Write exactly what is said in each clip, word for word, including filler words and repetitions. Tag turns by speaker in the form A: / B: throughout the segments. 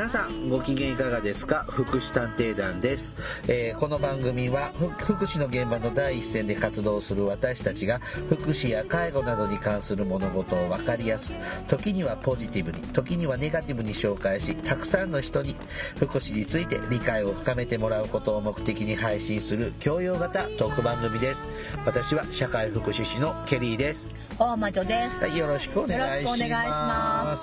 A: 皆さんご機嫌いかがですか？福祉探偵団です、えー、この番組は福祉の現場の第一線で活動する私たちが福祉や介護などに関する物事を分かりやすく、時にはポジティブに、時にはネガティブに紹介し、たくさんの人に福祉について理解を深めてもらうことを目的に配信する教養型トーク番組です。私は社会福祉士のケリーです。
B: 大魔女です、
A: はい、よろしくお願いします。
B: よろしくお願いします。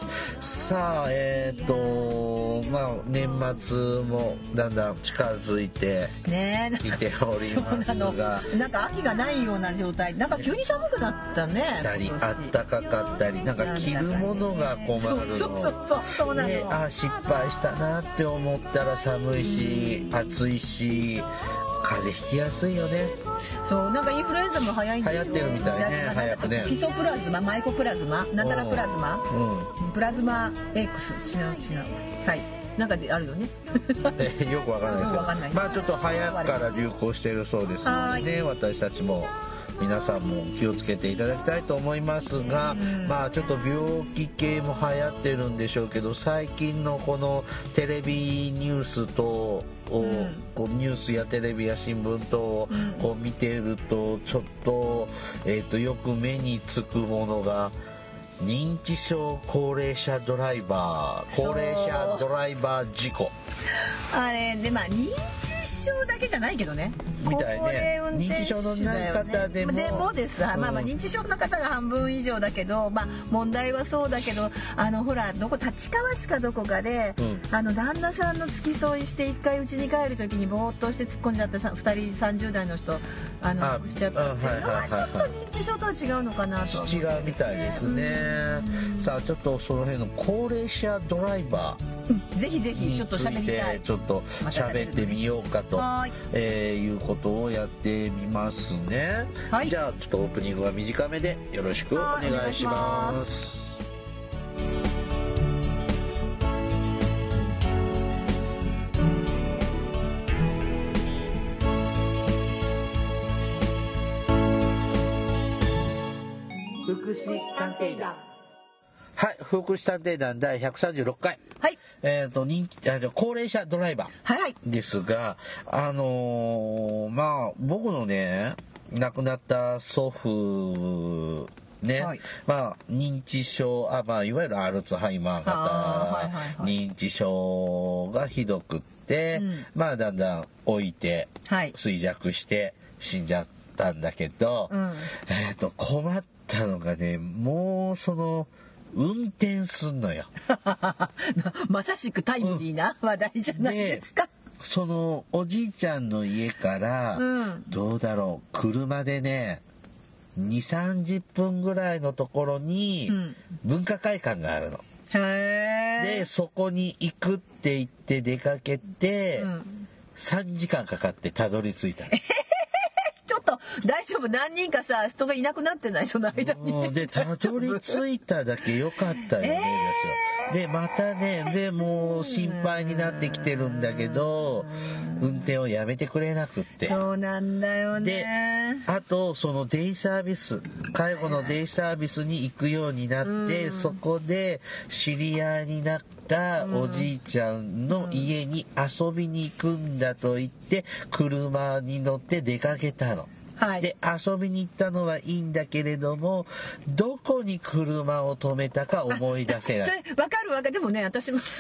A: さあ、えっ、ー、とまあ年末もだんだん近づいてきておりますが、
B: ね、なんか秋がないような状態、なんか急に寒くなったね。
A: たりあったかかったり、なんか着るものが困るの。
B: そうそうそうそうなの。
A: ね、あ失敗したなって思ったら寒いし、暑いし。風邪ひきやすいよね。
B: そう、なんかインフルエンザも早いんだよ。
A: 流行ってるみたいね。早くね。
B: ピソプラズマ、マイコプラズマ、なんたらプラズマ、うん、プラズマ X、違う違う。はい。なんかであるよね。
A: えよくわかんないですよ。ないまあちょっと早くから流行してるそうですのでね、私たちも皆さんも気をつけていただきたいと思いますが、うん、まあちょっと病気系も流行ってるんでしょうけど、最近のこのテレビニュースとをこうニュースやテレビや新聞等をこう見てると、ちょっと、えーと、よく目につくものが認知症高齢者ドライバー高齢者ドライバー事故、
B: あれでまあ認知症だけじゃないけどね、
A: みたいね。認知症のない方でも
B: でもです、うん、まあまあ認知症の方が半分以上だけど、まあ問題はそうだけど、あのほらどこ立川市かどこかで、うん、あの旦那さんの付き添いして一回家に帰る時にぼーっとして突っ込んじゃってふたりさんじゅう代の人あのあしちゃったっていうのはちょっと認知症とは違うのかなと。
A: 違うみたいですね。さあちょっとその辺の高齢者ドライバー、
B: うん、ぜひぜひちょっと喋りたい、
A: ちょっと喋ってみようかと、えー、いうことをやってみますね、はい、じゃあちょっとオープニングは短めでよろしくお願いします。福祉探偵団、はい、福祉探偵団第ひゃくさんじゅうろっかい、
B: はい、
A: えっ、ー、と人気あ高齢者ドライバーですが、はいはい、あのー、まあ僕のね亡くなった祖父ね、はい、まあ認知症、あまあいわゆるアルツハイマー型、はいはいはい、認知症がひどくって、うん、まあだんだん老いて、はい、衰弱して死んじゃったんだけど、うん、えっ、ー、と困ったのがね、もうその運転すんのよ。
B: まさしくタイムリーな話題じゃないですか。
A: そのおじいちゃんの家から、うん、どうだろう、車でねにじゅうさんじゅっぷんぐらいのところに文化会館があるの、うん、へでそこに行くって言って出かけて、うん、さんじかんかかってたどり着いた。
B: ちょっと大丈夫、何人かさ人がいなくなってない、その間に。
A: でたどり着いただけよかったよね、えー、ですよ。でまたね、でもう心配になってきてるんだけど運転をやめてくれなくって。
B: そうなんだよね。
A: であとそのデイサービス、介護のデイサービスに行くようになって、そこで知り合いになっておじいちゃんの家に遊びに行くんだと言って車に乗って出かけたの、はい、で遊びに行ったのはいいんだけれどもどこに車を止めたか思い出せない。
B: それ分かる分かる。でもね私も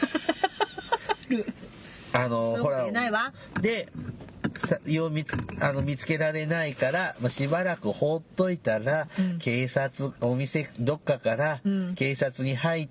A: あのほら
B: ないわ
A: でよ見つあの見つけられないから、まあ、しばらく放っといたら、うん、警察お店どっかから警察に入って、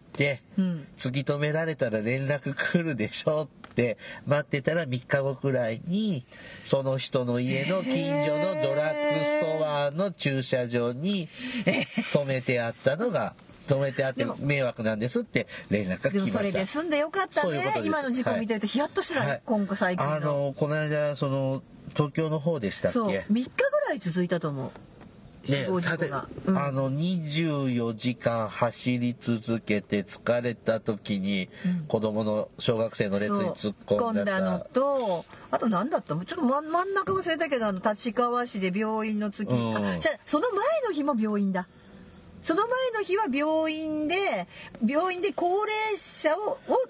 A: うん、突き止められたら連絡来るでしょって待ってたらみっかごくらいにその人の家の近所のドラッグストアの駐車場に止めてあったのが止めてあって迷惑なんですって連絡が来ました。でも
B: それで済んでよかったね。うう今の事故見てるとヒヤッとしてない、はい、今後最近の。
A: あのこの間その東京の方でしたっけ。
B: そうみっかぐらい続いたと思う。死亡事故が、ね
A: うん、あのにじゅうよじかん走り続けて疲れた時に、うん、子供の小学生の列に突っ込んだ、
B: 突っ込んだのとあと何だったのちょっと真ん中忘れたけどあの立川市で病院の次、うん、あじゃあその前の日も病院だ。その前の日は病院で病院で高齢者をを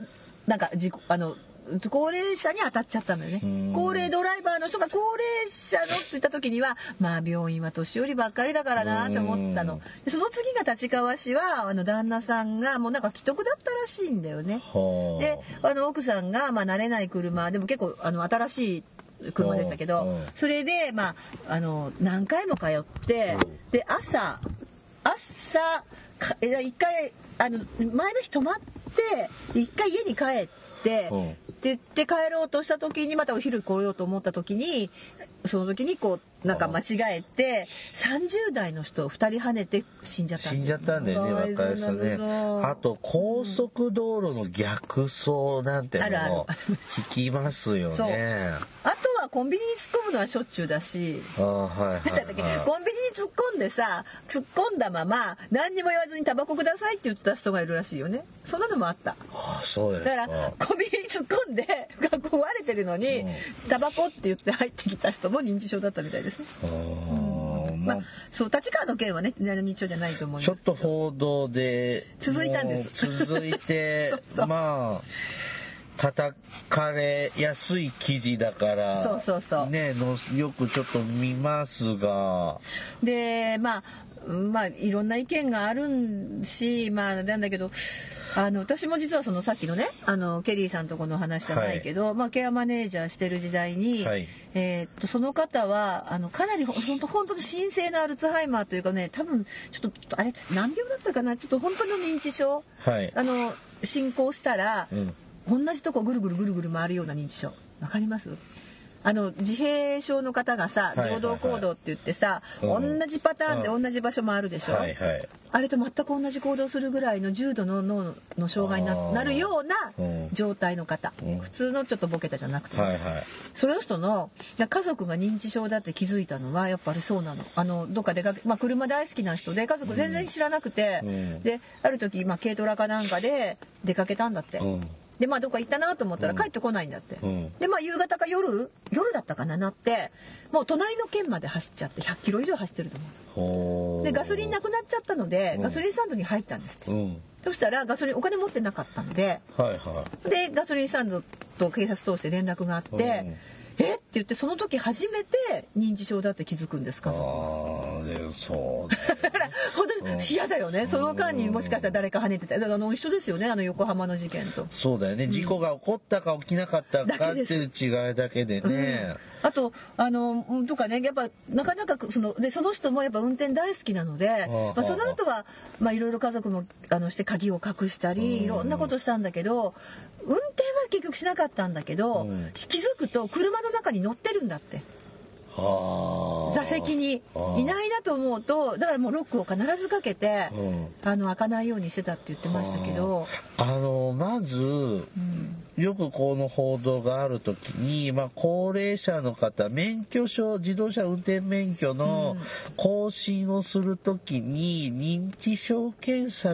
B: なんか事故あの高齢者に当たっちゃったのよね。高齢ドライバーの人が高齢者のって言った時にはまあ病院は年寄りばっかりだからなって思ったの。でその次が立川市はあの旦那さんがもうなんか既得だったらしいんだよね。であの奥さんがまあ慣れない車でも結構あの新しい車でしたけど、それでまああの何回も通ってで朝朝か一回あの前の日泊まって一回家に帰ってって言って帰ろうとした時にまたお昼来ようと思った時にその時にこうなんか間違えてさんじゅう代の人をふたり跳ねて死んじゃったんだよね。死んじゃったんだよね。
A: 若い人ね。あと高速道路の逆走なんてのも聞きますよね。
B: あとはコンビニに突っ込むのはしょっちゅうだし、
A: あ、はいはいはい、
B: コンビニに突っ込んでさ突っ込んだまま何にも言わずにタバコくださいって言った人がいるらしいよね。そんなのもあった。
A: ああ、そうですか。
B: だからコンビニに突っ込んで学校割れてるのに、うん、タバコって言って入ってきた人も認知症だったみたいですね。あ、うん、まあそう立川の件はね認知症じゃないと思います。
A: ちょっと報道で
B: 続いたんです。
A: 続いてそうそう、まあ叩かれやすい記事だから
B: そうそうそう
A: ねのよくちょっと見ますが
B: でまあまあいろんな意見があるしまあなんだけどあの私も実はそのさっきのねあのケリーさんとこの話じゃないけど、はい、まあケアマネージャーしてる時代に、はい、えー、っとその方はあのかなり本当本当に神聖なアルツハイマーというかね多分ちょっとあれ何病だったかなちょっと本当の認知症、はい、あの進行したら、うん、同じとこぐるぐるぐるぐる回るような認知症わかります？あの自閉症の方がさ情動行動って言ってさ、はいはいはい、同じパターンで同じ場所回るでしょ、うんはいはい、あれと全く同じ行動するぐらいの重度の脳の障害に な, なるような状態の方、うん、普通のちょっとボケたじゃなくて、はいはい、その人の家族が認知症だって気づいたのはやっぱりそうなの。あのどっか出かけ、まあ、車大好きな人で家族全然知らなくて、うん、である時、まあ、軽トラかなんかで出かけたんだって、うんでまあどっか行ったなと思ったら帰ってこないんだって、うん、でまあ夕方か夜夜だったかななってもう隣の県まで走っちゃってひゃっキロ以上走ってると思う。でガソリンなくなっちゃったので、うん、ガソリンスタンドに入ったんですって、うん、そしたらガソリンお金持ってなかったんで、はいはい、でガソリンスタンドと警察通して連絡があって、うんえって言ってその時初めて認知症だって気づくんですか。
A: あでそう
B: だから本当に嫌だよね。その間にもしかしたら誰か跳ねてたあの一緒ですよねあの横浜の事件と。
A: そうだよね、うん、事故が起こったか起きなかったかっていう違いだけでね、
B: うん、あとあのとかねやっぱなかなかそのでその人もやっぱ運転大好きなので、まあ、その後はまあいろいろ家族もあのして鍵を隠したりいろんなことしたんだけど運転は結局しなかったんだけど、うん、気づくと車の中に乗ってるんだって。座席にいないなと思うとだからもうロックを必ずかけて、うん、あの開かないようにしてたって言ってましたけど
A: あのまず、うんよくこの報道があるときに、まあ、高齢者の方免許証自動車運転免許の更新をするときに認知症検査って、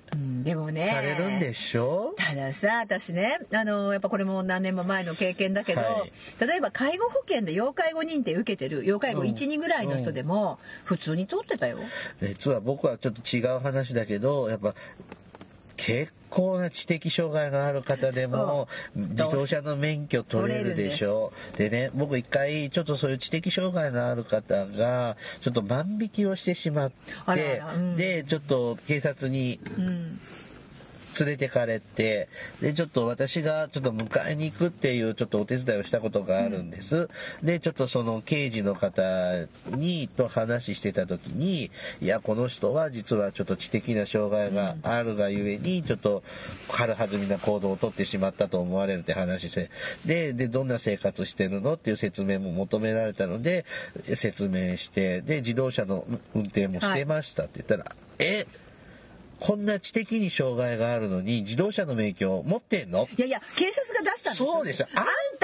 A: うん、でもねされるんでしょ。
B: たださ私ねあのやっぱこれも何年も前の経験だけど、はい、例えば介護保険で要介護認定受けてる要介護 いち,に、うん、ぐらいの人でも普通に取ってたよ。
A: 実は僕はちょっと違う話だけどやっぱ結構な知的障害のある方でも自動車の免許取れるでしょ。でね僕一回ちょっとそういう知的障害のある方がちょっと万引きをしてしまって、うん、でちょっと警察に、うん連れてかれてでちょっと私がちょっと迎えに行くっていうちょっとお手伝いをしたことがあるんです、うん、でちょっとその刑事の方にと話してた時にいやこの人は実はちょっと知的な障害があるがゆえにちょっと軽はずみな行動をとってしまったと思われるって話してででどんな生活してるのっていう説明も求められたので説明してで自動車の運転もしてましたって言ったら、はい、えこんな知的に障害があるのに自動車の免許を持ってんの？
B: いやいや警察が出したんですよ。
A: そうでしょ。あんた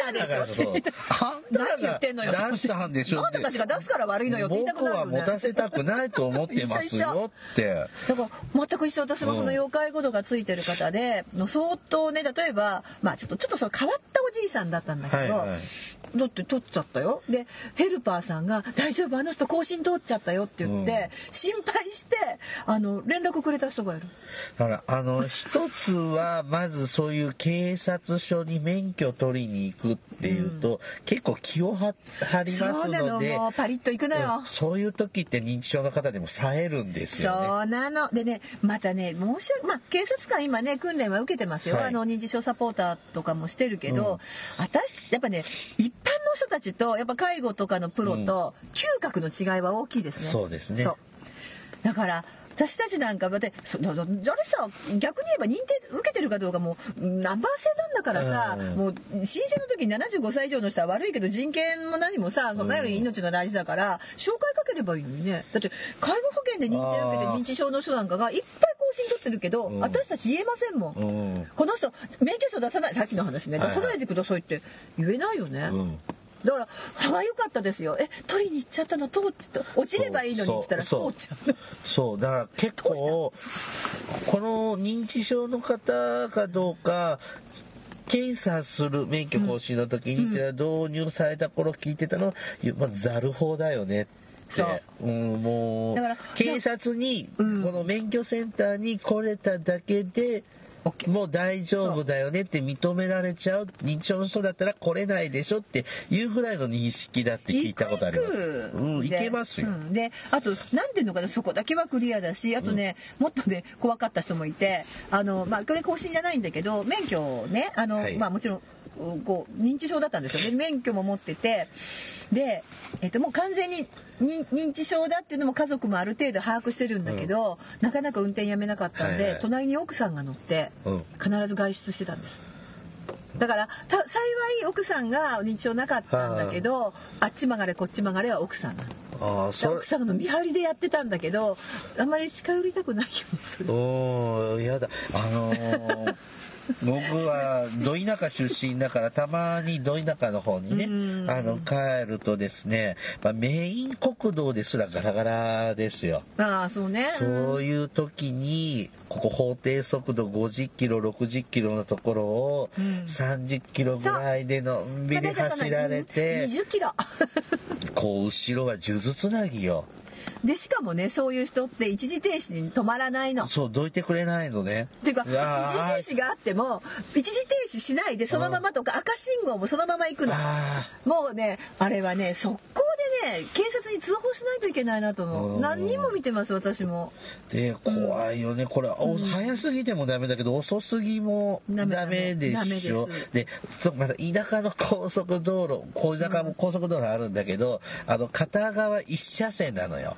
B: たでしょって
A: あんた
B: 何言ってんのよ
A: 出したんでしょって。
B: あんたたちが出すから悪いのよって言いたくなるよね。
A: 僕は持たせたくないと思ってますよって。
B: だから全く一緒。私もその妖怪ごとがついてる方で、うん、相当ね、例えばまあちょっとちょっとその変わったおじいさんだったんだけど、はいはい、だって取っちゃったよ。でヘルパーさんが大丈夫あの人更新通っちゃったよって言って、うん、心配してあの連絡くれた人がいる。
A: だからあの一つはまずそういう警察署に免許取りに行くっていうと、うん、結構気を張りますので、そうなの、
B: もうパリッと行くのよ、
A: うん、そういう時って認知症の方でも冴えるんですよね。
B: そうなのでね、またね申し訳まあ警察官今ね訓練は受けてますよ、はい、あの認知症サポーターとかもしてるけど、うん、私やっぱね一般の人たちとやっぱ介護とかのプロと嗅覚の違いは大きいですね、うん、
A: そうですね。そう
B: だから私たちなんかだってそあれさ逆に言えば認定受けてるかどうかもうナンバー制なんだからさ、うん、もう申請の時にななじゅうごさい以上の人は悪いけど人権も何もさそんなより命が大事だから紹介かければいいのにね。だって介護保険で認定受けて認知症の人なんかがいっぱい更新取ってるけど、うん、私たち言えませんもん、うん、この人免許証出さないさっきの話ね出さないでくださいって言えないよね、うん、だから歯が良かったですよ。え取りに行っちゃったの通って落ちればいいのにって言ったら通っちゃう。
A: そうだから結構この認知症の方かどうか検査する免許更新の時に、うん、導入された頃聞いてたのは、まあ、ザル法だよねって。そう、うん、もう警察にこの免許センターに来れただけでもう大丈夫だよねって認められちゃう認知症の人だったら来れないでしょっていうぐらいの認識だって聞いたことあります。うん、いけますよ。うん、
B: であとなんていうのかなそこだけはクリアだしあとね、うん、もっとね怖かった人もいてあのまあこれ更新じゃないんだけど免許をねあの、はい、まあもちろんこう認知症だったんですよね。免許も持っててで、えっと、もう完全に認知症だっていうのも家族もある程度把握してるんだけど、うん、なかなか運転やめなかったんで、はいはい、隣に奥さんが乗って必ず外出してたんです。だからた幸い奥さんが認知症なかったんだけど、あっち曲がれこっち曲がれは奥さんなの。あそ奥さんの見張りでやってたんだけどあんまり近寄りたくないよねそれ。
A: おーやだあのー僕はど田舎出身だからたまにど田舎の方にねあの帰るとですね、まあ、メイン国道ですらガラガラですよ。
B: ああそうね。
A: そういう時にここ法定速度ごじゅっキロろくじゅっキロのところをさんじゅっキロぐらいでのんびり走られて
B: にじゅっキロ
A: こう後ろは数珠つなぎよ。
B: でしかもねそういう人って一時停止に止まらないの。
A: そうどいてくれないのね。
B: っていうか一時停止があっても一時停止しないでそのままとか赤信号もそのまま行くの。もうねあれはね速攻でね警察に通報しないといけないなと思う。何人も見てます私も。
A: で怖いよねこれ、うん、早すぎてもダメだけど遅すぎもダメでしょ。でまた田舎の高速道路小田舎も高速道路あるんだけど、うん、あの片側一車線なのよ。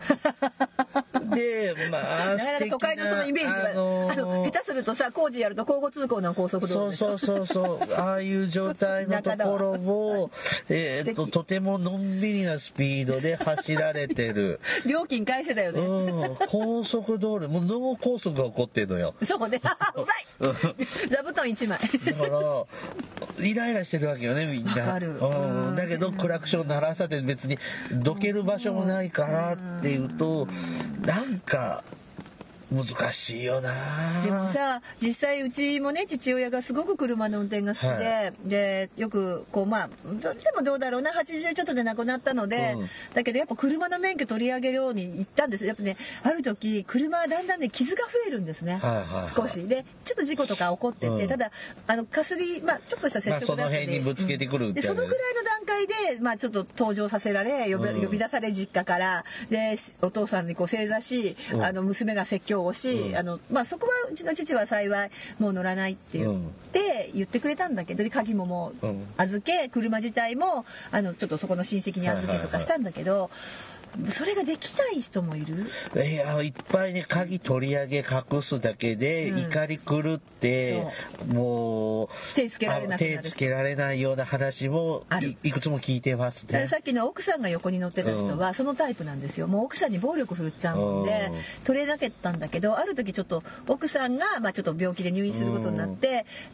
A: でまあ
B: だから都会のそのイメージが、あのー、あの下手するとさ工事やると交互通行の高速道路でしょ。
A: そうそうそうそうああいう状態のところをえっととてものんびりなスピードで走られてる
B: 料金返せだよね。
A: うん、高速道路もう脳梗塞が起こってるのよ。
B: そうねうまい座布団一枚
A: だからイライラしてるわけよねみんな。わかる、うん、だけどクラクション鳴らさて別にどける場所もないからっていうとなんか難しいよな。
B: でもさ実際うちもね父親がすごく車の運転が好きで、はい、でよくこうまあでもどうだろうなはちじゅうちょっとで亡くなったので、うん、だけどやっぱ車の免許取り上げるように言ったんです。やっぱねある時車はだんだんね傷が増えるんですね、はいはいはい、少しでちょっと事故とか起こってて、うん、ただあのかすり、まあ、ちょっとした接触だったんで、まあ、その辺に
A: ぶつけてくる、うん、
B: でそのぐらいの段階で、まあ、ちょっと登場させられ呼び、うん、呼び出され実家からでお父さんにこう正座し、うん、あの娘が説教をし、うん、あのまあ、そこはうちの父は幸いもう乗らないって言って、うん、言ってくれたんだけど鍵ももう預け車自体もあのちょっとそこの親戚に預けとかしたんだけど、はいはいはい、それができない人もいる。
A: いやいっぱいね鍵取り上げ隠すだけで、うん、怒り狂ってもう
B: 手つけられなくなる
A: 手つけられないような話も い, いくつも聞いてますね。
B: さっきの奥さんが横に乗ってた人はそのタイプなんですよ。もう奥さんに暴力振るっちゃうもんで取れなかったんだけどある時ちょっと奥さんが、まあ、ちょっと病気で入院することになって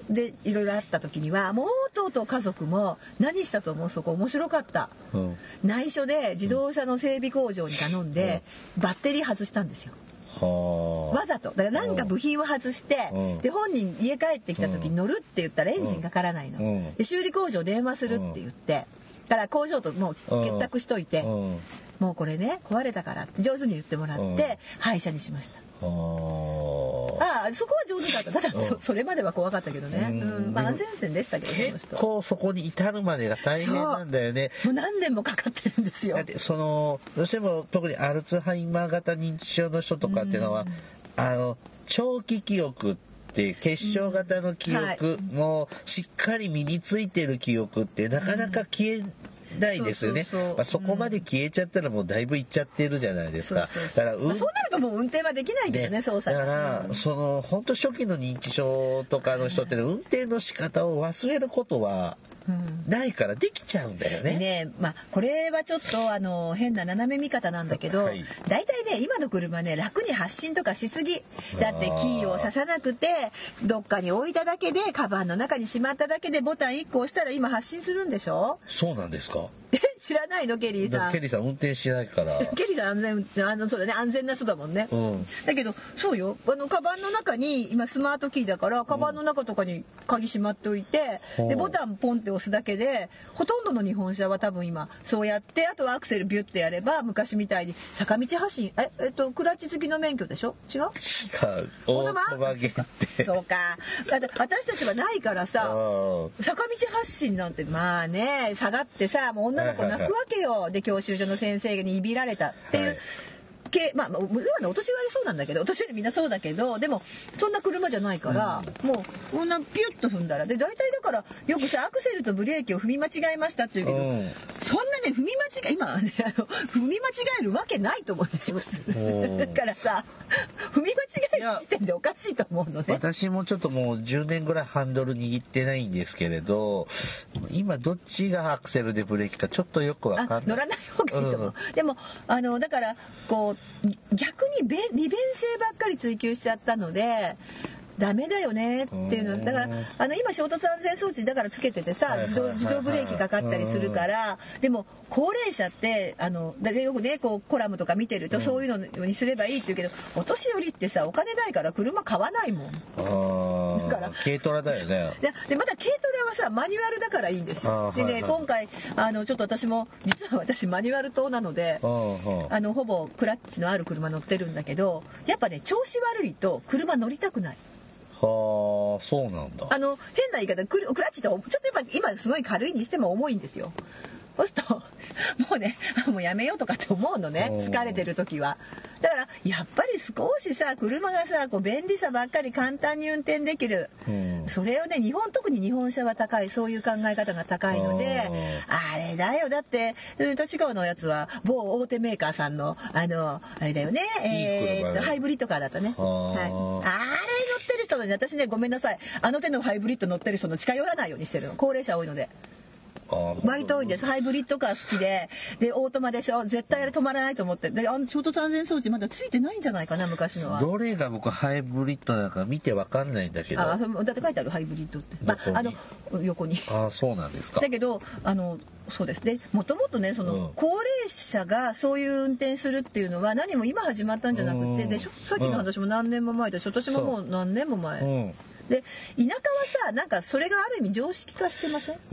B: でいろいろあった時にはもうとうとう家族も何したと思う？そこ面白かった、うん、内緒で自動車の整備工場に頼んで、うん、バッテリー外したんですよ。わざとだからなんか部品を外して、うん、で本人家帰ってきた時に乗るって言ったらエンジンかからないの、うん、で修理工場電話するって言って、うん、から工場ともう結託しといて、うん、もうこれね壊れたからって上手に言ってもらって、うん、廃車にしました。ああ、そこは上手だった。ただ、うん、そ, それまでは怖かったけどね、うんうん、まあ、安全運転でしたけど
A: 結構そこに至るまでが大変なんだよね。
B: もう何年もかかってるんですよ。
A: だってそのどうしても特にアルツハイマー型認知症の人とかっていうのは、うん、あの長期記憶って結晶型の記憶、うんはい、もうしっかり身についてる記憶ってなかなか消えないですよね。そうそうそう、まあ、そこまで消えちゃったらもうだいぶいっちゃってるじゃないですか。そうそうそう、だから、うんまあ、
B: そうなるともう運転はできないけどね、操作
A: だから、うん、その本当初期の認知症とかの人って運転の仕方を忘れることはないからできちゃうんだよね。
B: ね、まあこれはちょっとあの変な斜め見方なんだけど、はい、だいたいね今の車ね楽に発進とかしすぎだって、キーを刺さなくてどっかに置いただけでカバンの中にしまっただけでボタンいっこ押したら今発進するんでしょ。
A: そうなんですか。
B: 知らないのケリーさん。
A: ケリーさん運転しないから。
B: ケリーさん安全あのそうだね安全な人だもんね。うん、だけどそうよあのカバンの中に今スマートキーだからカバンの中とかに鍵しまっておいて、うん、でボタンポンって押すだけでほとんどの日本車は多分今そうやってあとはアクセルビュッてやれば昔みたいに坂道発進ええっとクラッチ付きの免許でしょ。違う？違う。
A: オートマ限定。
B: そうか。だって私たちはないからさ坂道発進なんてまあね下がってさもう女の子泣くわけよ。はいはいはい、で教習所の先生にいびられたっていう。はいけまあ、お年寄りそうなんだけどお年寄りみんなそうだけどでもそんな車じゃないから、うん、もうこんなピュッと踏んだらで大体だからよくさアクセルとブレーキを踏み間違えましたって言うけど、うん、そんなね踏み間違え今ねあの踏み間違えるわけないと思うんですよだからさ踏み間違える時点でおかしいと思うのね。
A: 私もちょっともうじゅうねんぐらいハンドル握ってないんですけれど今どっちがアクセルでブレーキかちょっとよくわかんない。
B: 乗らない方がいいと思う、うん、でもあのだからこう逆に利便性ばっかり追求しちゃったのでダメだよねっていうのはだからあの今衝突安全装置だからつけててさ自動自動ブレーキかかったりするからでも高齢者ってあのだよくねこうコラムとか見てるとそういうのにすればいいって言うけどお年寄りってさお金ないから車買わないもん。
A: あだから軽トラだよね。
B: で, でまだ軽トラはさマニュアルだからいいんですよ。でね、はいはい、今回あのちょっと私も実は私マニュアル党なのであのほぼクラッチのある車乗ってるんだけどやっぱね調子悪いと車乗りたくない。
A: はあ、そうなんだ。
B: あの変な言い方クラッチってちょっと今今すごい軽いにしても重いんですよ。そうするともうねもうやめようとかって思うのね疲れてる時は。だからやっぱり少しさ車がさこう便利さばっかり簡単に運転できる、うん、それをね日本特に日本車は高いそういう考え方が高いのであれだよだって立川のやつは某大手メーカーさんのあのあれだよねえー、っとハイブリッドカーだったね。はい、あれ乗ってる人の私ねごめんなさいあの手のハイブリッド乗ってる人の近寄らないようにしてるの高齢者多いので。割と多いんです。ハイブリッドカー好きででオートマでしょ絶対あれ止まらないと思ってであの衝突安全装置まだついてないんじゃないかな昔のは。
A: どれが僕ハイブリッドだから見てわかんないんだけど。
B: あだって書いてあるハイブリッドって、まあ、あの横に。
A: あそうなんですか。
B: だけどあのそうですでもともとねその、うん、高齢者がそういう運転するっていうのは何も今始まったんじゃなくてでさっきの話も何年も前だし私ももう何年も前。うんで田舎はさなんかそれがある意味常識化してません？
A: うん、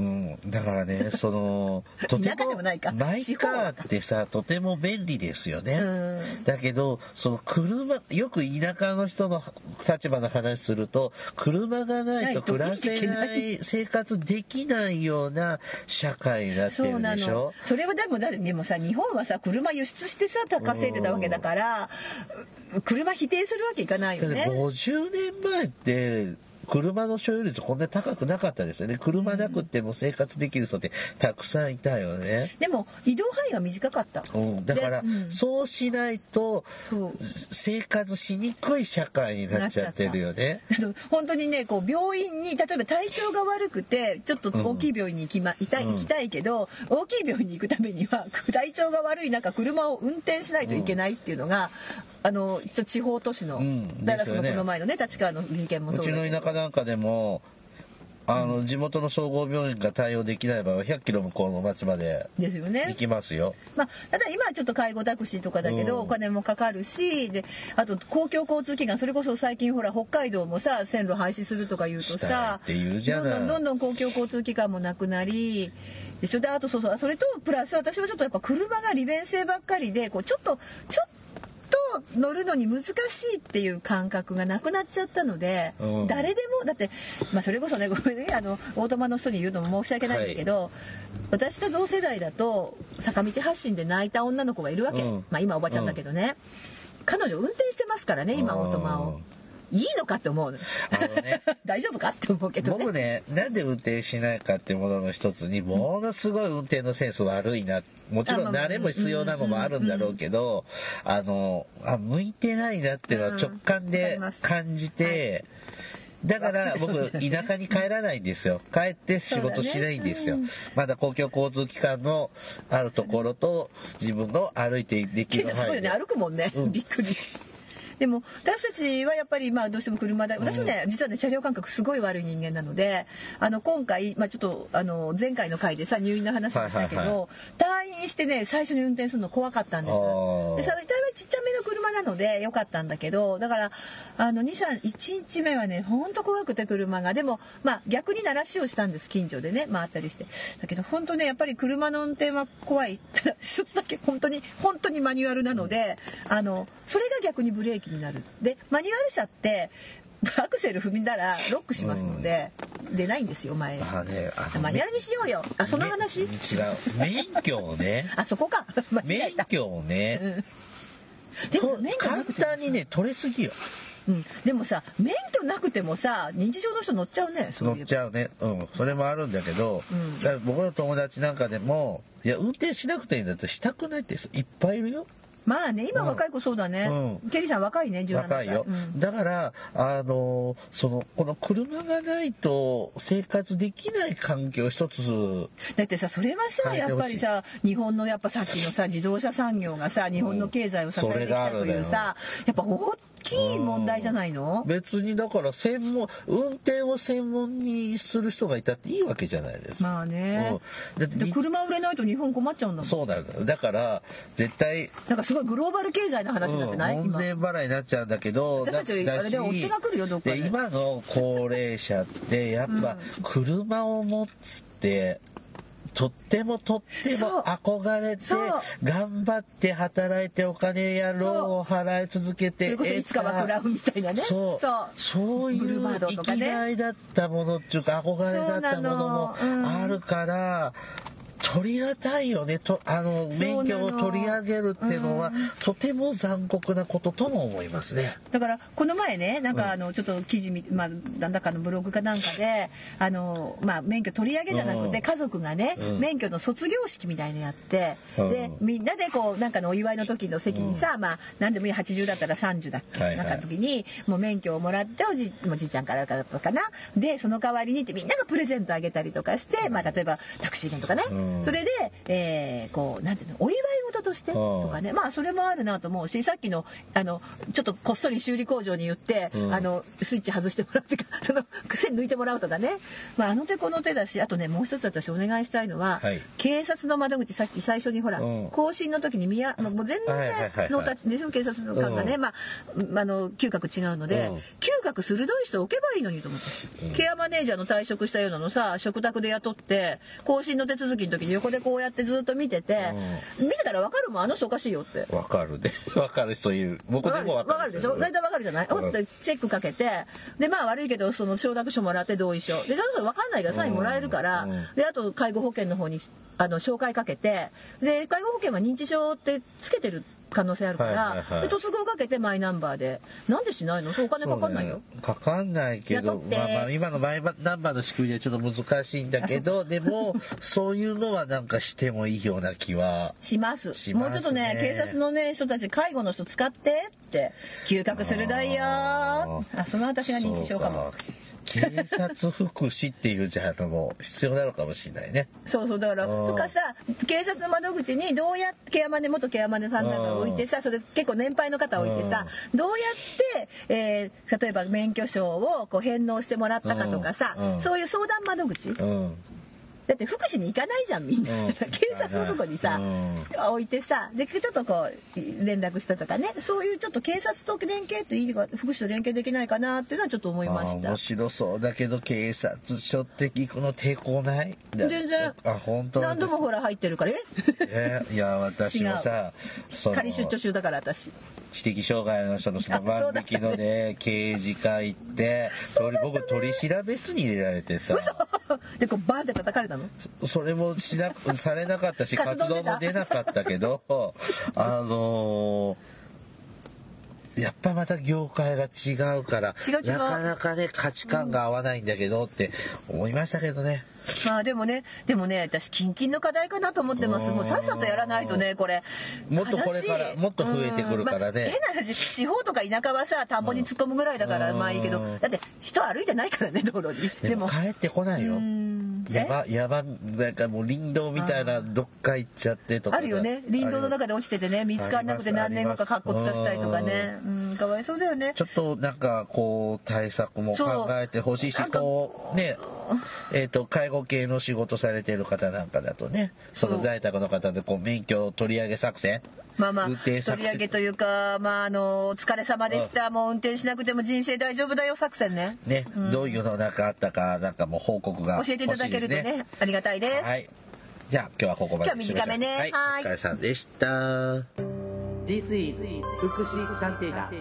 A: だからねそのとてもマイカーってさとても便利ですよね。だけどその車よく田舎の人の立場の話すると車がないと暮らせない生活できないような社会になってるでしょ。そうなの。
B: それはでもだでもさ日本はさ車輸出してさ稼いでたわけだから車否定するわけいかないよね。
A: ごじゅうねんまえって車の所有率こんなに高くなかったですよね。車なくても生活できる人ってたくさんいたよね。
B: でも移動範囲が短かった、
A: うん、だから、うん、そうしないと生活しにくい社会になっちゃってるよね。
B: 本当にねこう病院に例えば体調が悪くてちょっと大きい病院に行き,、ま、いた行きたいけど、うん、大きい病院に行くためには体調が悪い中車を運転しないといけないっていうのが、うん、あの地方都市の、うん、ダラスのこの前のね立川の事件もそうだけど
A: うちの田舎なんかでもあの地元の総合病院が対応できない場合はひゃっキロ向こうの町まで
B: ですよね。
A: 行きますよ。
B: まあ、ただ今はちょっと介護タクシーとかだけど、うん、お金もかかるし、であと公共交通機関、それこそ最近ほら北海道もさ線路廃止するとか言うとさ、
A: って言うじゃない、
B: どんどんどんどん公共交通機関もなくなりでしょ。であとそうそうそれとプラス私はちょっとやっぱ車が利便性ばっかりでこうちょっとちょっとと乗るのに難しいっていう感覚がなくなっちゃったので、うん、誰でもだって、まあ、それこそねごめんねあのオートマの人に言うのも申し訳ないんだけど、はい、私と同世代だと坂道発進で泣いた女の子がいるわけ、うん、まあ、今おばちゃんだけどね、うん、彼女運転してますからね今オートマを。いいのかって思うの。あのね、大丈夫かって思うけどね。
A: 僕ね、なんで運転しないかっていうものの一つにものすごい運転のセンス悪いな。もちろん慣れも必要なのもあるんだろうけど、あのあ向いてないなっていうのは直感で感じて、うん、はい、だから僕田舎に帰らないんですよ。帰って仕事しないんですよ。ね、うん、まだ公共交通機関のあるところと自分の歩いてできる範囲で。
B: そうよね、歩くもんね。うん、びっくり。でも私たちはやっぱりまあどうしても車で私もね実はね車両感覚すごい悪い人間なのであの今回まあちょっとあの前回の回でさ入院の話もしたけど、はいはいはい、退院してね最初に運転するの怖かったんです。でそれちっちゃめの車なのでよかったんだけどだからあのにさんいちにちめはねほんと怖くて車がでもまあ逆に鳴らしをしたんです近所でね回ったりしてだけど本当ねやっぱり車の運転は怖い一つだけ本当に本当にマニュアルなのであのそれが逆にブレーキになる。でマニュアル車ってアクセル踏みだらロックしますので、うん、出ないんですよ前。あ、ね、あマニュアルにしようよ。あその話。違う
A: 免許をね。
B: あそこか。間違えた。
A: 免許をね。
B: うん、でも免許
A: 簡単にね取れすぎよ。
B: うん、でもさ免許なくてもさ認知症の人乗っちゃうね。
A: 乗っちゃうね。うんそれもあるんだけど、うん、だから僕の友達なんかでもいや運転しなくていいんだってしたくないって人いっぱいいるよ。
B: まあね今若い子そうだね、うん、ケリーさん若いねじゅうななさい
A: 若いよ、うん、だからあのそのこの車がないと生活できない環境一つ
B: だってさそれはさやっぱりさ日本のやっぱさっきのさ自動車産業がさ日本の経済を支えてきたというさ、うん、やっぱ大きい問題じゃないの。
A: 別にだから専門運転を専門にする人がいたっていいわけじゃないですか。
B: まあね、うん、だってで車売れないと日本困っちゃうんだもん。
A: そうだよだから絶対
B: なんかすごいグローバル経済の話になってない、うん、
A: 門前払いになっちゃうんだけど
B: 私たちあれで追手が来るよどっかで。
A: で今の高齢者ってやっぱ車を持つってとってもとっても憧れて頑張って働いてお金やローンを払い続けて
B: いつかは食らうみたいなね。
A: そうそうそういう生きがいだったものっていうか憧れだったものもあるから取りがたいよねとあの免許を取り上げるっていうのは、うん、とても残酷なこととも思いますね。
B: だからこの前ねなんかあのちょっと記事まあなんだかのブログかなんかであのまあ免許取り上げじゃなくて、うん、家族がね、うん、免許の卒業式みたいのやって、うん、でみんなでこうなんかのお祝いの時の席にさ、うん、まあ何でもいいはちじゅうだったらさんじゅうだっけ、はいはい、なんかの時にもう免許をもらっておじおじいちゃんからかかなでその代わりにってみんながプレゼントあげたりとかして、まあ例えばタクシー券とかね、うん、それで、えー、こうなんていうのお祝い事としてとかねまあそれもあるなと思うしさっきのあのちょっとこっそり修理工場に言って、うん、あのスイッチ外してもらうっていうかその線抜いてもらうとかね、まあ、あの手この手だしあとねもう一つ私お願いしたいのは、はい、警察の窓口さっき最初にほら、うん、更新の時に宮もう全然ノータッチでしょ警察の官がね、うん、まああの嗅覚違うので、うん、嗅覚鋭い人置けばいいのにと思って、うん、ケアマネージャーの退職したようなのさ食卓で雇って更新の手続きの時に横でこうやってずっと見てて、うん、見てたら分かるもんあの人おかしいよって
A: 分かるで分かる人いる僕でも分かる
B: 分かるでしょ大体分かるじゃないおってチェックかけてでまあ悪いけどその承諾書もらって同意書でだから分かんないからサインもらえるから、うん、であと介護保険の方にあの紹介かけてで介護保険は認知症ってつけてる可能性あるから、はいはいはい、突合かけてマイナンバーでなんでしないのそうお金かかんないよ、
A: ね、かかんないけど、まあ、まあ今のマイナンバーの仕組みでちょっと難しいんだけどでもそういうのはなんかしてもいいような気は
B: しますしますね。もうちょっとね警察のね人たち介護の人使ってって嗅覚鋭いよあその私が認知症かも
A: 警察福祉っていうジャンルも必要なのかもしれないね。
B: そうそう、だからとかさ、警察の窓口にどうやってケアマネ元ケアマネさんなんか置いてさ、それ結構年配の方置いてさ、どうやって、えー、例えば免許証をこう返納してもらったかとかさ、そういう相談窓口、うんだって福祉に行かないじゃんみんな、うん、警察のとこにさ、うん、置いてさでちょっとこう連絡したとかね、そういうちょっと警察と連携っていいか福祉と連携できないかなっていうのはちょっと思いました。
A: 面白そうだけど警察署って行くの抵抗ない？
B: 全然。
A: あ本当
B: 何度もほら入ってるから
A: えいや私もさ
B: 仮出張中だから私
A: 知的障害の人のその万引きのね刑事課行って僕取り調べ室に入れられてさ
B: でこうバーンって叩かれたの？
A: そ, それもしなされなかったし活動も出なかったけどあのー、やっぱまた業界が違うから
B: 違う違う
A: なかなかね価値観が合わないんだけどって思いましたけどね。
B: まあでもねでもね私近々の課題かなと思ってます。もうさっさとやらないとねこれ
A: もっとこれからもっと増えてくるからね、
B: まあ、変な話地方とか田舎はさ田んぼに突っ込むぐらいだからまあいいけどだって人歩いてないからね道路に。
A: でも帰ってこないよ。山山なんかもう林道みたいなどっか行っちゃってとか
B: あるよね。林道の中で落ちててね見つからなくて何年後か格好つかせたりとかね、うんかわいそうだよね。
A: ちょっとなんかこう対策も考えてほしいしこうねえっと介護系の仕事されてる方なんかだとねその在宅の方でこう免許取り上げ作戦
B: まあまあ取り上げというかまああのお疲れ様でした、うん、もう運転しなくても人生大丈夫だよ作戦ね。
A: ね、うん、どういうのなんかあったかなんかもう報告が欲しいですね。
B: 教えていただけるとねありがたいです。
A: はい。じゃあ今日はここまで。
B: 今日短めね。
A: はい。はい、お疲れさんでした。
C: This is 福祉探偵団。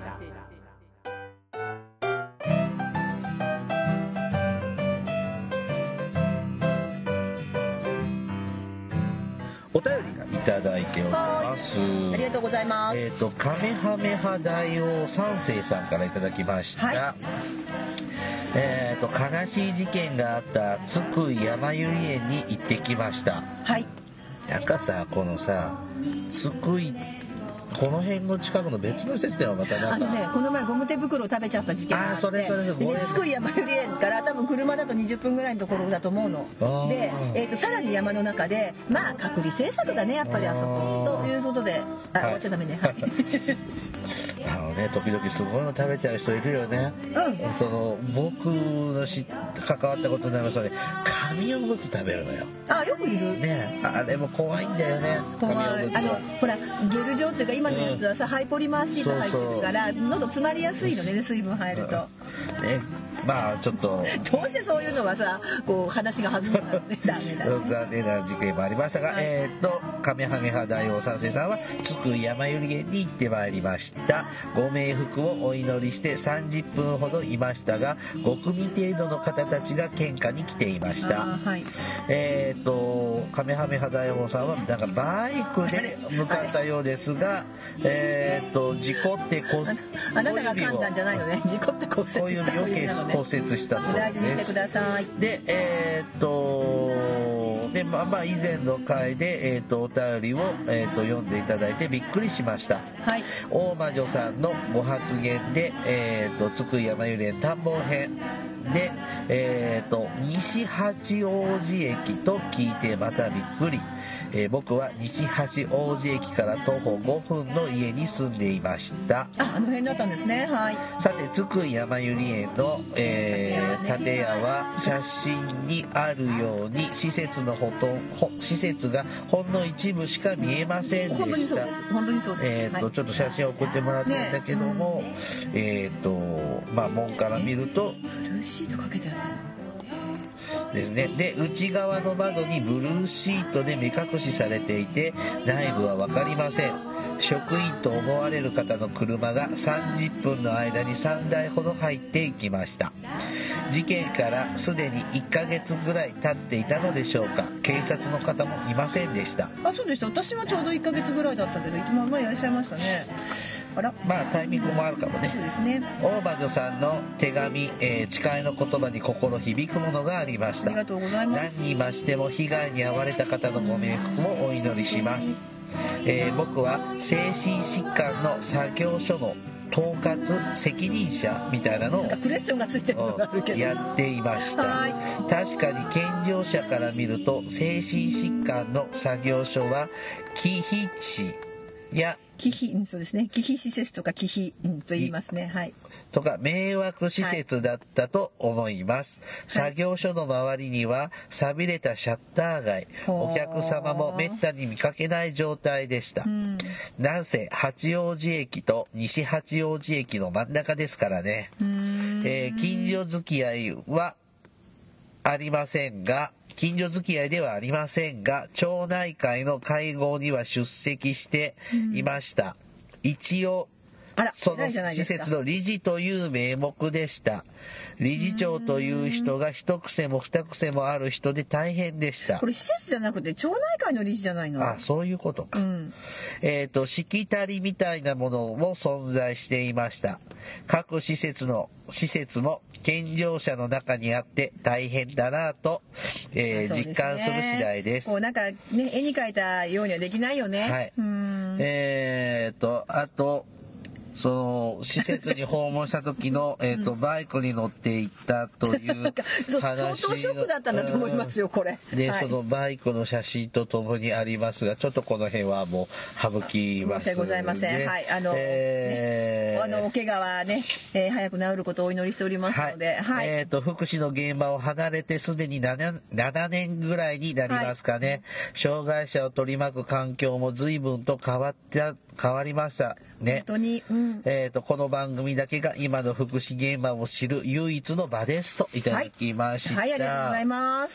A: お便りがいただいております。
B: ありがとうございます。
A: えっ、ー、とカメハメハ大王三世さんからいただきました。はい、えっ、ー、と悲しい事件があった津久井やまゆり園に行ってきました。
B: はい。
A: なんかさこのさ津久井この辺の近くの別の施設ではまたなんか
B: あのねこの前ゴム手袋を食べちゃった事件があって、あそれそれそれで津久井やまゆり園から多分車だとにじゅっぷんぐらいのところだと思うので、えー、とさらに山の中でまあ隔離政策だねやっぱりあそこということであ、はい、終わっちゃダメねはい
A: あのね時々すごいの食べちゃう人いるよね。うん。その僕のし関わったことになりますので紙おむつ食べるのよ。
B: あよくいる。
A: ねあれも怖いんだよね。
B: 紙おむつ。あのほらゲル状っていうか今のやつはさ、うん、ハイポリマーシート入ってるから喉詰まりやすいのね水分入ると。
A: ねまあちょっと
B: どうしてそういうのはさこう話が弾むんだろうねダメだ、ね、
A: 残念な事件もありましたが、はい、えっ、ー、とカメハメハ大王三世さんは津久井やまゆり園に行ってまいりました。ご冥福をお祈りしてさんじゅっぷんほどいましたがご組程度の方たちが献花に来ていました。はい、えっ、ー、とカメハメハ大王さんはなんかバイクで向かったようですが、はい、えっ、ー、と事故って骨
B: あなたが噛んだんじゃないのね。事故って骨折した
A: こういう余計骨折したそうです。
B: 大事にしてください。
A: でえっ、ー、とでまあまあ以前の回でえっ、ー、とお便りをえっ、ー、と読んでいただいてびっくりしました。はい。大魔女さんのご発言でえっ、ー、と津久井やまゆり園探訪編でえっ、ー、と西八王子駅と聞いてまたびっくり。えー、僕は西八王子駅から徒歩ごふんの家に住んでいました。
B: あ、あの辺だったんですね。はい。
A: さて津久井やまゆり園の、えー、建屋は写真にあるように施設のほとん施設がほんの一部しか見えませんでした。
B: 本当にそうです。本当にそうです。
A: えっ、ー、と、はい、ちょっと写真を送ってもらったんだけども、ねうん、えっ、ー、とまあ門から見ると
B: ブルーシートかけてある。
A: ですね。で内側の窓にブルーシートで目隠しされていて内部は分かりません。職員と思われる方の車がさんじゅっぷんの間にさんだいほど入っていきました。事件からすでにいっかげつぐらい経っていたのでしょうか。警察の方もいませんでした。
B: あ、そうでした。私はちょうどいっかげつぐらいだったけどまあまあいらっしゃいましたね。あら
A: まあタイミングもあるかもね。
B: そうですね。
A: 大魔女さんの手紙、えー、誓いの言葉に心響くものがありました。
B: ありがとうございます。
A: 何にましても被害に遭われた方のご冥福をお祈りします。えー、僕は精神疾患の作業所の統括責任者みたいなのを
B: プレッションがついてるのがあるけど
A: やっていました。確かに健常者から見ると精神疾患の作業所は忌避地や
B: 忌避、そうですね、忌避施設とか忌避、うん、と言いますね、はい、
A: とか迷惑施設だったと思います、はい、作業所の周りには寂れたシャッター街、お客様もめったに見かけない状態でした、うん、なんせ八王子駅と西八王子駅の真ん中ですからね、えー、近所付き合いはありませんが近所付き合いではありませんが町内会の会合には出席していました、うん、一応その施設の理事という名目でした。理事長という人が一癖も二癖もある人で大変でした。
B: これ施設じゃなくて町内会の理事じゃないの？
A: あ、そういうことか、うん、えっとしきたりみたいなものも存在していました。各施設の施設も健常者の中にあって大変だなと、えーね、実感する次第です。
B: こうなんかね絵に描いたようにはできないよね。
A: はい。うん、えっとあとその施設に訪問した時のえとバイクに乗っていったという話
B: 相当ショックだったんだと思いますよこれ。
A: で、
B: はい、
A: そのバイクの写真とともにありますがちょっとこの辺はもう省きます、ね。申し訳
B: ございません。はい、あの、えーね、あのお怪我はね、えー、早く治ることをお祈りしておりますので、はいはい、
A: えっと福祉の現場を離れてすでに 7, 7年ぐらいになりますかね、はい、障害者を取り巻く環境も随分と変わった変わりましたね。
B: 本当に、うん、
A: えっとこの番組だけが今の福祉現場を知る唯一の場ですといただきました。
B: はい、はい、ありがとうございます。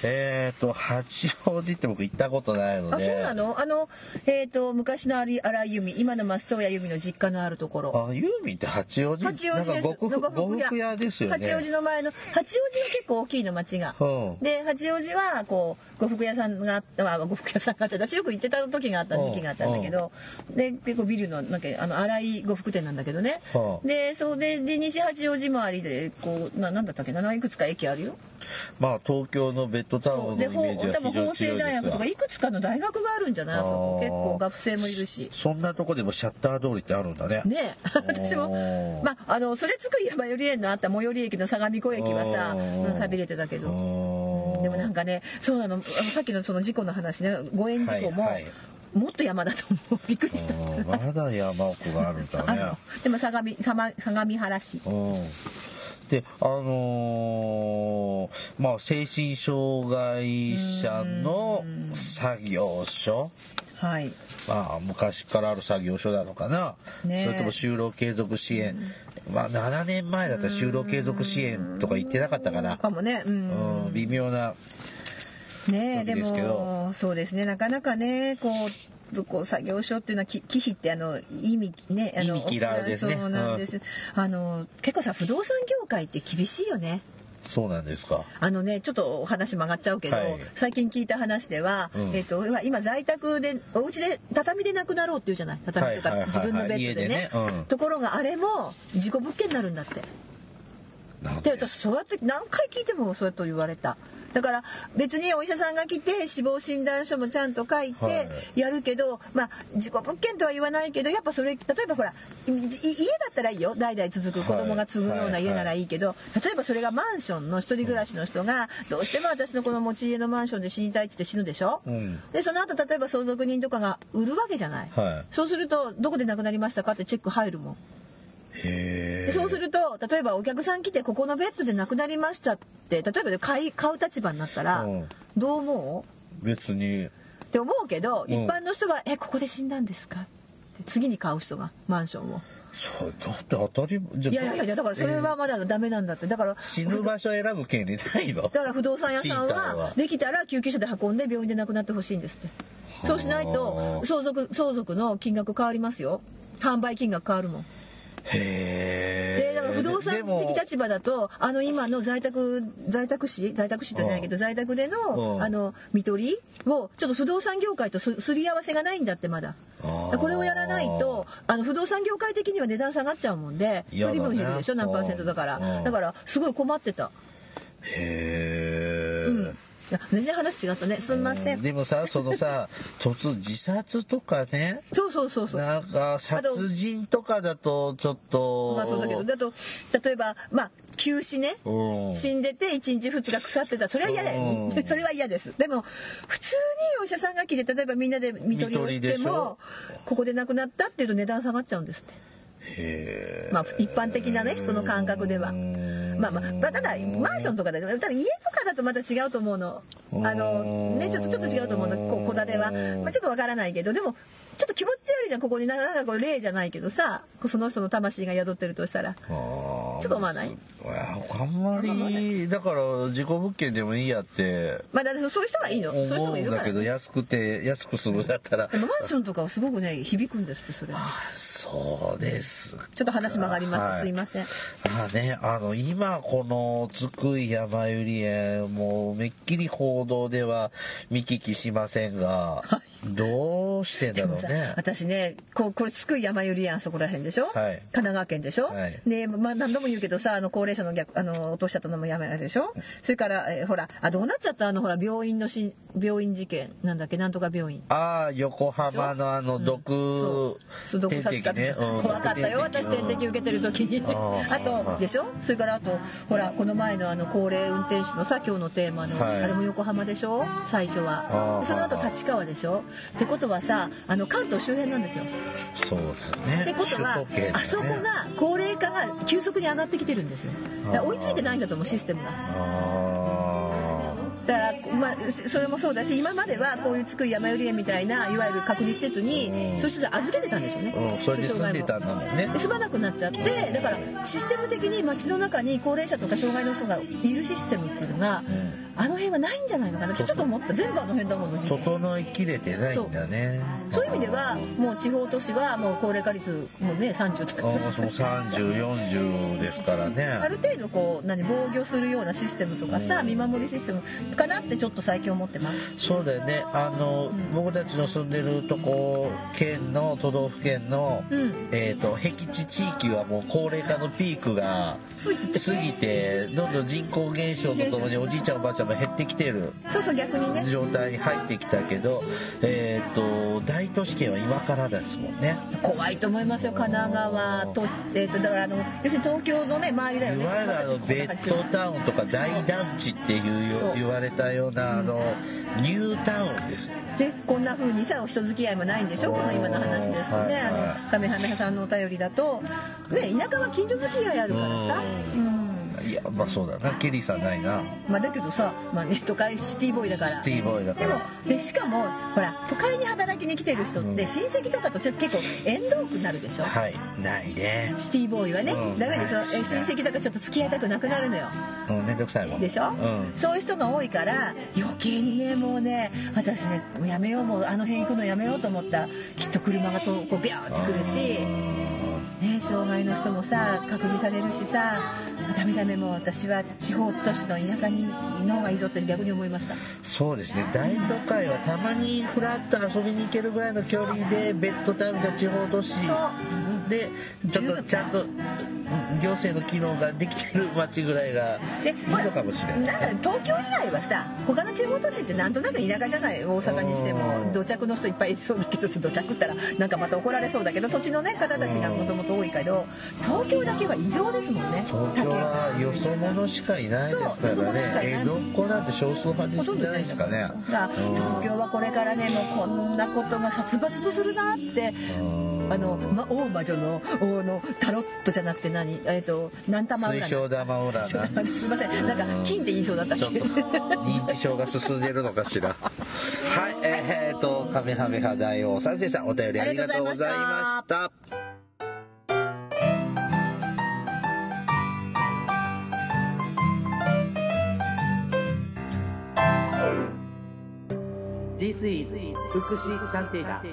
A: えっと八王子って僕行ったことないので。
B: あ、そうなの？あのえっと昔の荒井由実、今の増任谷由実の実家のあるところ。
A: あ、由実って呉？八王子。
B: 八王子です。
A: なんか呉服屋ですよね。
B: 八王子の前の八王子は結構大きいの町が。うん、で八王子はこう呉服屋さんがあった、呉服屋さんがあって、私よく行ってた時があった時期があったんだけど、で結構ビルのなんかあの荒井呉服店なんだけどね。でそうでで西八王子周りでこうななんだったっけな、いくつか駅あるよ。
A: まあ東京のベッドタウンのイメージは非常に強いですが。
B: 多分法政大学とかいくつかの大学があるんじゃない？あそこ結構学生もいるし。
A: そんなとこでもシャッター通りってあるんだね。
B: ね私もまああのそれつく山寄り園のあった最寄り駅の相模湖駅はさ寂れてたけど、でもなんかねそうなの、さっきのその事故の話ね、五円事故も、はいはい、もっと山だと思う。びっくりした。
A: まだ山奥があるんだね。
B: でも相模相模原市。
A: であのー、まあ精神障害者の作業所、はい、まあ昔からある作業所なのかな、ね、それとも就労継続支援、まあななねんまえだったら就労継続支援とか言ってなかったかな。
B: かもね。うん、
A: うん、微妙な
B: ねえ、でもそうですね、なかなかねこうこう作業所っていうのは忌避ってあの意味ね、あの
A: 意味嫌いですね。
B: そうなんです、うん、あの結構さ不動産業界って厳しいよね。
A: そうなんですか。
B: あのねちょっとお話曲がっちゃうけど、はい、最近聞いた話では、うん、えっと今在宅でお家で畳で亡くなろうっていうじゃない、畳とか自分のベッドでね、うん、ところがあれも事故物件になるんだって。で私そうやって何回聞いてもそうやって言われた。だから別にお医者さんが来て死亡診断書もちゃんと書いてやるけど、はい、まあ事故物件とは言わないけどやっぱそれ例えばほら家だったらいいよ、代々続く子供が継ぐような家ならいいけど、例えばそれがマンションの一人暮らしの人がどうしても私のこの持ち家のマンションで死にたいって言って死ぬでしょ、うん、でその後例えば相続人とかが売るわけじゃない、はい、そうするとどこで亡くなりましたかってチェック入るもん。
A: へ
B: そうすると例えばお客さん来てここのベッドで亡くなりましたって例えば買い買う立場になったら、うん、どう思う？
A: 別に
B: って思うけど、うん、一般の人はえここで死んだんですかって次に買う人がマンションを。
A: そうだって当たり
B: いやいやいやだからそれはまだダメなんだって。だから
A: 死ぬ場所選ぶ権利ないの？
B: だから不動産屋さんはできたら救急車で運んで病院で亡くなってほしいんですって。そうしないと相続相続の金額変わりますよ。販売金額変わるもん。
A: へ
B: でだから不動産的立場だとあの今の在宅在宅死在宅死じゃないけど在宅でのあの見取りをちょっと不動産業界とすり合わせがないんだってまだ。これをやらないとあの不動産業界的には値段下がっちゃうもんで取り分減るでしょ何パーセントだからだからすごい困ってた。
A: へえ、うん、
B: いや全然話違ったね、すみません。
A: でもさ、そのさ突自殺とかね、
B: そうそうそうそう、
A: なんか殺人とかだとちょっと
B: まあそうだけど、だと例えばまあ急死ね、
A: うん、
B: 死んでていちにちふつか腐ってた、それは嫌だよ、うん、それは嫌です。でも普通にお医者さんが来て、例えばみんなで看取りをしてもここで亡くなったっていうと値段下がっちゃうんですって。
A: へー、
B: まあ一般的なね人の感覚では。まあまあ、まあ、ただマンションとかだと、ただ家とかだとまた違うと思うの。あのねちょっとちょっと違うと思うの、戸建ては、まあ、ちょっとわからないけど、でもちょっと気持ち悪いじゃん、ここになんかこう霊じゃないけどさ、その人の魂が宿ってるとしたらちょっと思わない？
A: あんまりだから事故物件でもいいやって、
B: まあだそういう人がいいの、そういう人もいるから、ね、
A: 思うんだけど、安くて安く済むだったら、
B: でもマンションとかはすごくね響くんですって、それ。
A: あ、そうです。
B: ちょっと話曲がりました、はい、すいません。
A: あね、あの今この津久井やまゆり園、もうめっきり報道では見聞きしませんが、はい、どうしてんだろうね。
B: 私ね、こうこれ津久井やまゆり園、そこら辺でしょ、はい、神奈川県でしょ、はい、で、まあ、何度も言うけどさ、あの高齢者の逆あの落としちゃったのもやめないでしょ、うん、それから、えー、ほらあどうなっちゃった、あのほら病院のし病院事件なんだっけ、なんとか病院、
A: ああ横浜のあの毒、
B: うん、毒殺か、ね、うん、怖かったよ私、点滴受けてる時にあとでしょ、それからあとほらこの前のあの高齢運転手のさ、今日のテーマの、はい、あれも横浜でしょ最初は、その後立川でしょ、ってことはさ、あの関東周辺なんですよ。
A: そうだね。
B: ってことは、ね、あそこが高齢化が急速に上がってきてるんですよ。だから追いついてないんだと思う、システムが。だからまあそれもそうだし、今まではこういう津久井やまゆり園みたいないわゆる隔離施設に、うん、そういう人たち預けてたんでしょうね。
A: うん、それで住んでたんだもんね。
B: 住まなくなっちゃって、だからシステム的に街の中に高齢者とか障害の人がいるシステムっていうのが、うん、あの辺はないんじゃないのかなってちょっと思った。全部あの辺だもの。
A: 整いきれてないんだね。
B: そう、そういう意味ではもう地方都市はもう高齢化率もねさんじゅうとか、
A: あもうさんじゅう、よんじゅうですからね。
B: ある程度こう何防御するようなシステムとかさ、うん、見守りシステムかなってちょっと最近思ってます。
A: そうだよね。あの、うん、僕たちの住んでるとこ県の都道府県の、うん、えっと僻地地域はもう高齢化のピークが過ぎて、どんどん人口減少とともにおじいちゃんおばあちゃんも減ってきてる。
B: そうそう逆にね。
A: 状態に入ってきたけど、えっと大都市圏は今からですもんね。
B: 怖いと思いますよ。神奈川とえっとだからあの要するに東京のね周りだよね。
A: いわゆるあのベッドタウンとか大団地っていうよ言われたようなあのニュータウンです。
B: でこんな風にさ人付き合いもないんでしょ、この今の話ですとね、はいはい、あのカメハメハさんのお便りだとね、田舎は近所付き合いあるからさ、うん、
A: いやまあそうだな、ケリーさんないな。
B: まあだけどさ、まあね都会シティボーイだから。
A: シティボーイだから。
B: でもでしかもほら都会に働きに来てる人って、うん、親戚とかとちょっと結構縁遠くなるでしょ。
A: はい、ないね。
B: シティボーイはね、うん、ダメでしょ。え親戚とかちょっと付き合いたくなくなるのよ。
A: うん、めんどくさいもん。
B: でしょ。
A: うん、
B: そういう人が多いから余計にねもうね私ねもうやめよう、もうあの辺行くのやめようと思った。きっと車がとこうビャーってくるし。ね、障害の人もさ隔離されるしさ、ダメダメ、もう私は地方都市の田舎にの方がいいぞって逆に思いました。
A: そうですね、大都会はたまにフラッと遊びに行けるぐらいの距離でベッドタウンが地方都市でちょっとちゃんと行政の機能ができてる街ぐらいがいいのかもしれない。
B: なんか東京以外はさ他の地方都市ってなんとなく田舎じゃない。大阪にしても土着の人いっぱいいそうだけど、土着ったらなんかまた怒られそうだけど、土地のね方たちがもともと多いけど、東京だけは異常ですもんね。
A: 東京はよそ者しかいないですからね。江戸っ子なんて少数派じゃないですかね。
B: だ東京はこれからねもうこんなことが殺伐とするなって。あの、ま、大魔女の王のタロットじゃなくて何えっ、ー、と何玉占い、
A: 水晶玉占い、
B: すいません、なんか金って言いそうだったっけ。ちょっと
A: 認知症が進んでるのかしら。はい、えー、っとカメハメハ大王三世さんお便りありがとうございました。
C: This is 福祉探偵団。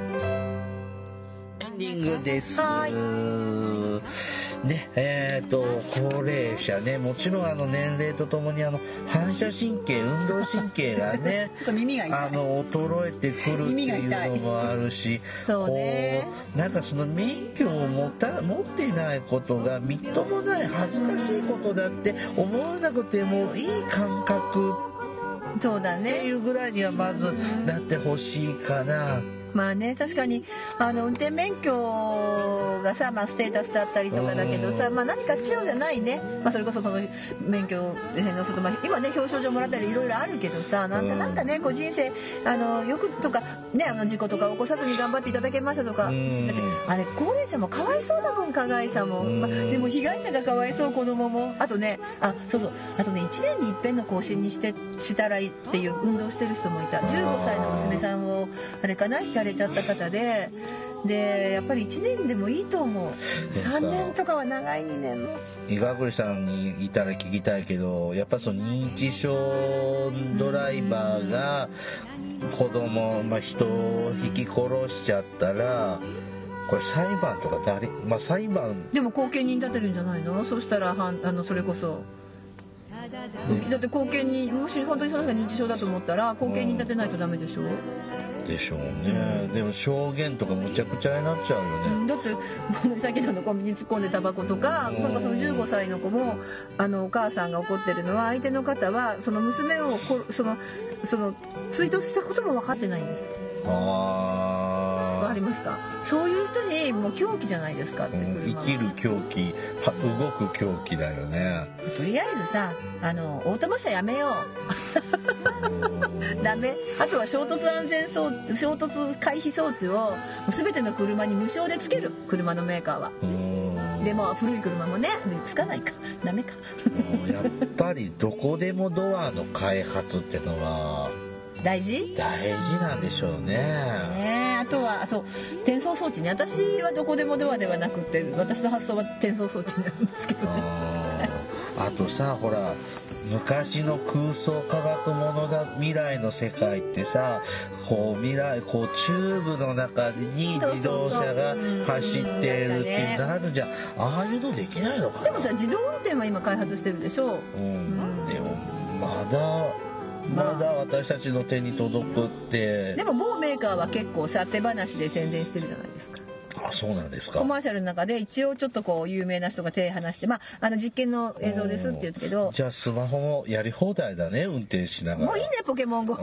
A: ですね、えーと高齢者ね、もちろんあの年齢とともにあの反射神経、運動神経がね
B: ちょっと耳が痛い、
A: あの衰えてくるっていうのもあるし、
B: そうね、
A: こうなんかその免許を持た持っていないことがみっともない恥ずかしいことだって思わなくてもいい感覚
B: そうだね
A: っていうぐらいにはまずなってほしいかな。
B: まあね、確かにあの運転免許がさ、まあ、ステータスだったりとかだけどさ、まあ、何か千代じゃないね、まあ、それこそその免許を返納すると、まあ、今ね表彰状もらったりいろいろあるけどさ、なんかなんかねこう人生あのよくとかね、あの事故とか起こさずに頑張っていただけましたとか、だってあれ高齢者もかわいそうだもん、加害者も、まあ、でも被害者がかわいそう、子供も、あとねあそうそうあとねいちねんに一遍の更新にしてしたらいいっていう運動してる人もいた。じゅうごさいの娘さんをあれかな、引かれちゃった方で、でやっぱりいちねんでもいいと思う。さんねんとかは長い、にねんも。
A: 伊賀栗さんにいたら聞きたいけど、やっぱその認知症ドライバーが子供、まあ、人を引き殺しちゃったらこれ裁判とか誰、まあ、裁判
B: でも後見人立てるんじゃないの？そうしたらはんあのそれこそだって後見人、もし本当にその人が認知症だと思ったら後見人立てないとダメでしょ。
A: でしょうね、うん、でも証言とかむちゃくちゃになっちゃうよね、
B: うん、だってさっきのコンビニ突っ込んでタバコとか、うん、なんかそのじゅうごさいの子もあのお母さんが怒ってるのは相手の方はその娘をこそのその追悼したことも分かってないんですって。ああ、ありますか。そういう人にもう狂気じゃないですかって、うん、
A: 生きる狂気、動く狂気だよね。
B: とりあえずさ、あのオートマ車やめようダメ。あとは衝突安全装置、衝突回避装置を全ての車に無償でつける、車のメーカーは。でも古い車もねつかないか、ダメか
A: やっぱりどこでもドアの開発ってのは
B: 大事
A: 大事なんでしょうね。
B: ね、あとはそう転送装置ね。私はどこでもドアではなくて、私の発想は転送装置なんですけどね。
A: あ, あとさ、ほら昔の空想科学ものだ未来の世界ってさ、こう未来こうチューブの中に自動車が走ってるっていうのあるじゃん。ああいうのできないのかな。
B: でもさ自動運転は今開発してるでしょ。
A: うん、うん、でもまだまだ私たちの手に届くって。
B: でも某メーカーは結構さ手放しで宣伝してるじゃないですか。
A: あ、そうなんですか。
B: コマーシャルの中で一応ちょっとこう有名な人が手離して、まああの実験の映像ですって言うけど、
A: じゃあスマホもやり放題だね、運転しながら。
B: もういいねポケモン ゴ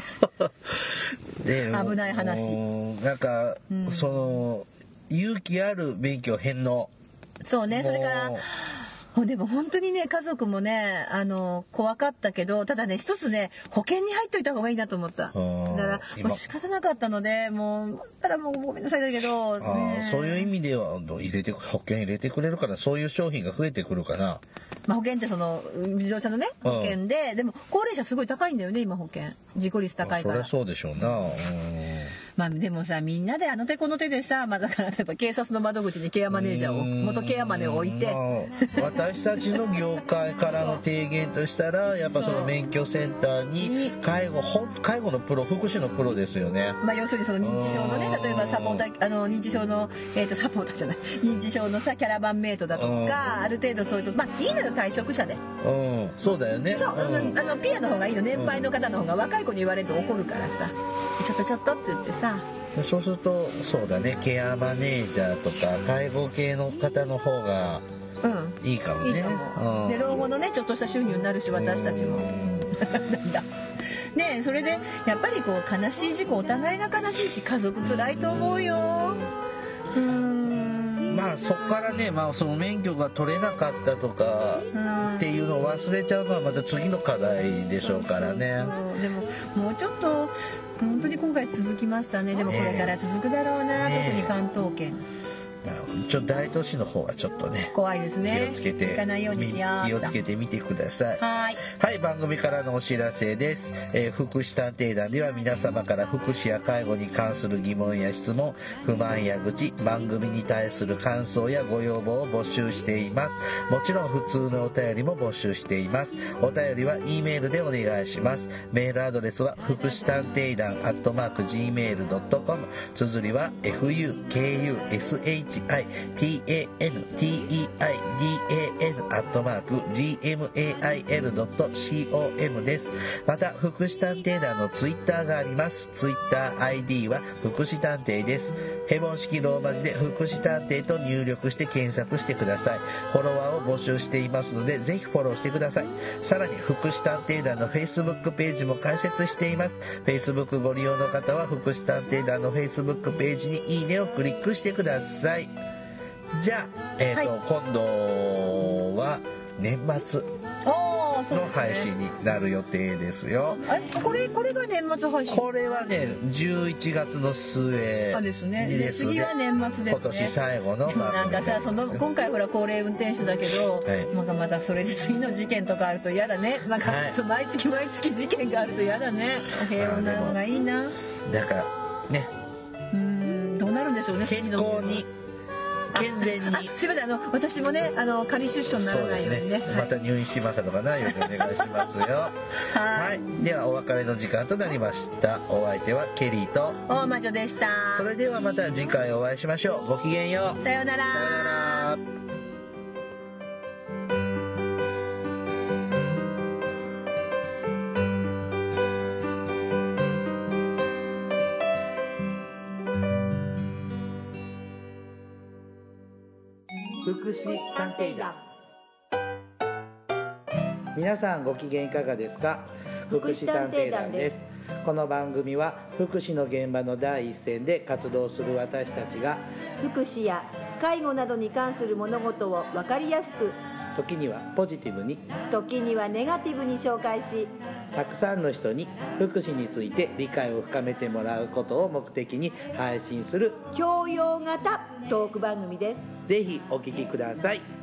B: で危ない話。
A: なんか、うん、その勇気ある免許返納。
B: そうね。それからでも本当にね家族もねあの怖かったけど、ただね一つね保険に入っといた方がいいなと思った。だからもう仕方なかったので、もうたらもうごめんなさいだけど、ね、
A: そういう意味では入れて保険入れてくれるから、そういう商品が増えてくるかな。
B: まあ、保険ってその自動車のね保険で、でも高齢者すごい高いんだよね今保険。事故率高いから。
A: そりゃそうでしょうな。うん、
B: まあでもさみんなであの手この手でさ、まあ、だからやっぱ警察の窓口にケアマネージャーを元ケアマネを置いて、
A: まあ、私たちの業界からの提言としたらやっぱその免許センターに介護介護のプロ、福祉のプロですよね。
B: まあ、要するにその認知症のね、例えばサポーターあの認知症の、えー、とサポーターじゃない認知症のさキャラバンメイトだとか、ある程度そういうとまあいいのよ退職者で。
A: うん、そうだよね。
B: そう、うん、あのピアの方がいいの。年配の方の方が若い子に言われると怒るからさ、ちょっとちょっとって言ってさ。
A: そうするとそうだね、ケアマネージャーとか介護系の方の方がいいかもね。うん、いいかも。うん、で老後のねちょっとした収入になるし私たちも。なんだ。ね、それでやっぱりこう悲しい事故お互いが悲しいし家族つらいと思うよ。うーん、まあそこからね、まあ、その免許が取れなかったとかっていうのを忘れちゃうのはまた次の課題でしょうからね。
B: そうそうそう。でももうちょっと本当に今回続きましたね。でもこれから続くだろうな、ね、特に関東圏。
A: ちょっと大都市の方はちょっとね
B: 怖いですね。
A: 気をつけて
B: 行かないようにしよう。
A: 気をつけてみてください。
B: はい、
A: はい、番組からのお知らせです、えー、福祉探偵団では皆様から福祉や介護に関する疑問や質問、不満や愚痴、番組に対する感想やご要望を募集しています。もちろん普通のお便りも募集しています。お便りは E メールでお願いします。メールアドレスは福祉探偵団アットマーク ジーメールドットコム、綴りは エフユーケーユーエスエイチアイい。ティーエーエヌティーイーアイディーエーエヌ アットマーク ジーエムエーアイエルドットコム です。また、福祉探偵団のツイッターがあります。ツイッター アイディー は福祉探偵です。ヘボン式ローマ字で福祉探偵と入力して検索してください。フォロワーを募集していますので、ぜひフォローしてください。さらに、福祉探偵団の Facebook ページも開設しています。Facebook ご利用の方は、福祉探偵団の Facebook ページにいいねをクリックしてください。じゃあ、えっと、はい、今度は年末の配信になる予定ですよ。
B: え、これこれが年末配信？
A: これはね、じゅういちがつの末
B: ですね。で次は年末ですね。
A: 今年最後の番組
B: なんかさ、その今回ほら高齢運転手だけど、はい、またまたそれで次の事件とかあると嫌だね。なんか、はい、毎月毎月事件があると嫌だね。平穏なのがいいな。
A: だからね。
B: うーん、どうなるんでしょうね。
A: 健康に。健全に。
B: すいません、あの私もね、あの仮出所にならないようにね。
A: ね、はい、また入院しますとかないようにお願いしますよ。はい、はい。ではお別れの時間となりました。お相手はケリーと
B: 大魔女でした。
A: それではまた次回お会いしましょう。ごきげんよう。
B: さようなら。
A: さようなら。
C: 福祉探偵団。
D: 皆さんご機嫌いかがですか？福祉探偵団です。この番組は福祉の現場の第一線で活動する私たちが
E: 福祉や介護などに関する物事を分かりやすく、
D: 時にはポジティブに、
E: 時にはネガティブに紹介し、
D: たくさんの人に福祉について理解を深めてもらうことを目的に配信する
E: 教養型トーク番組です。
D: ぜひお聞きください。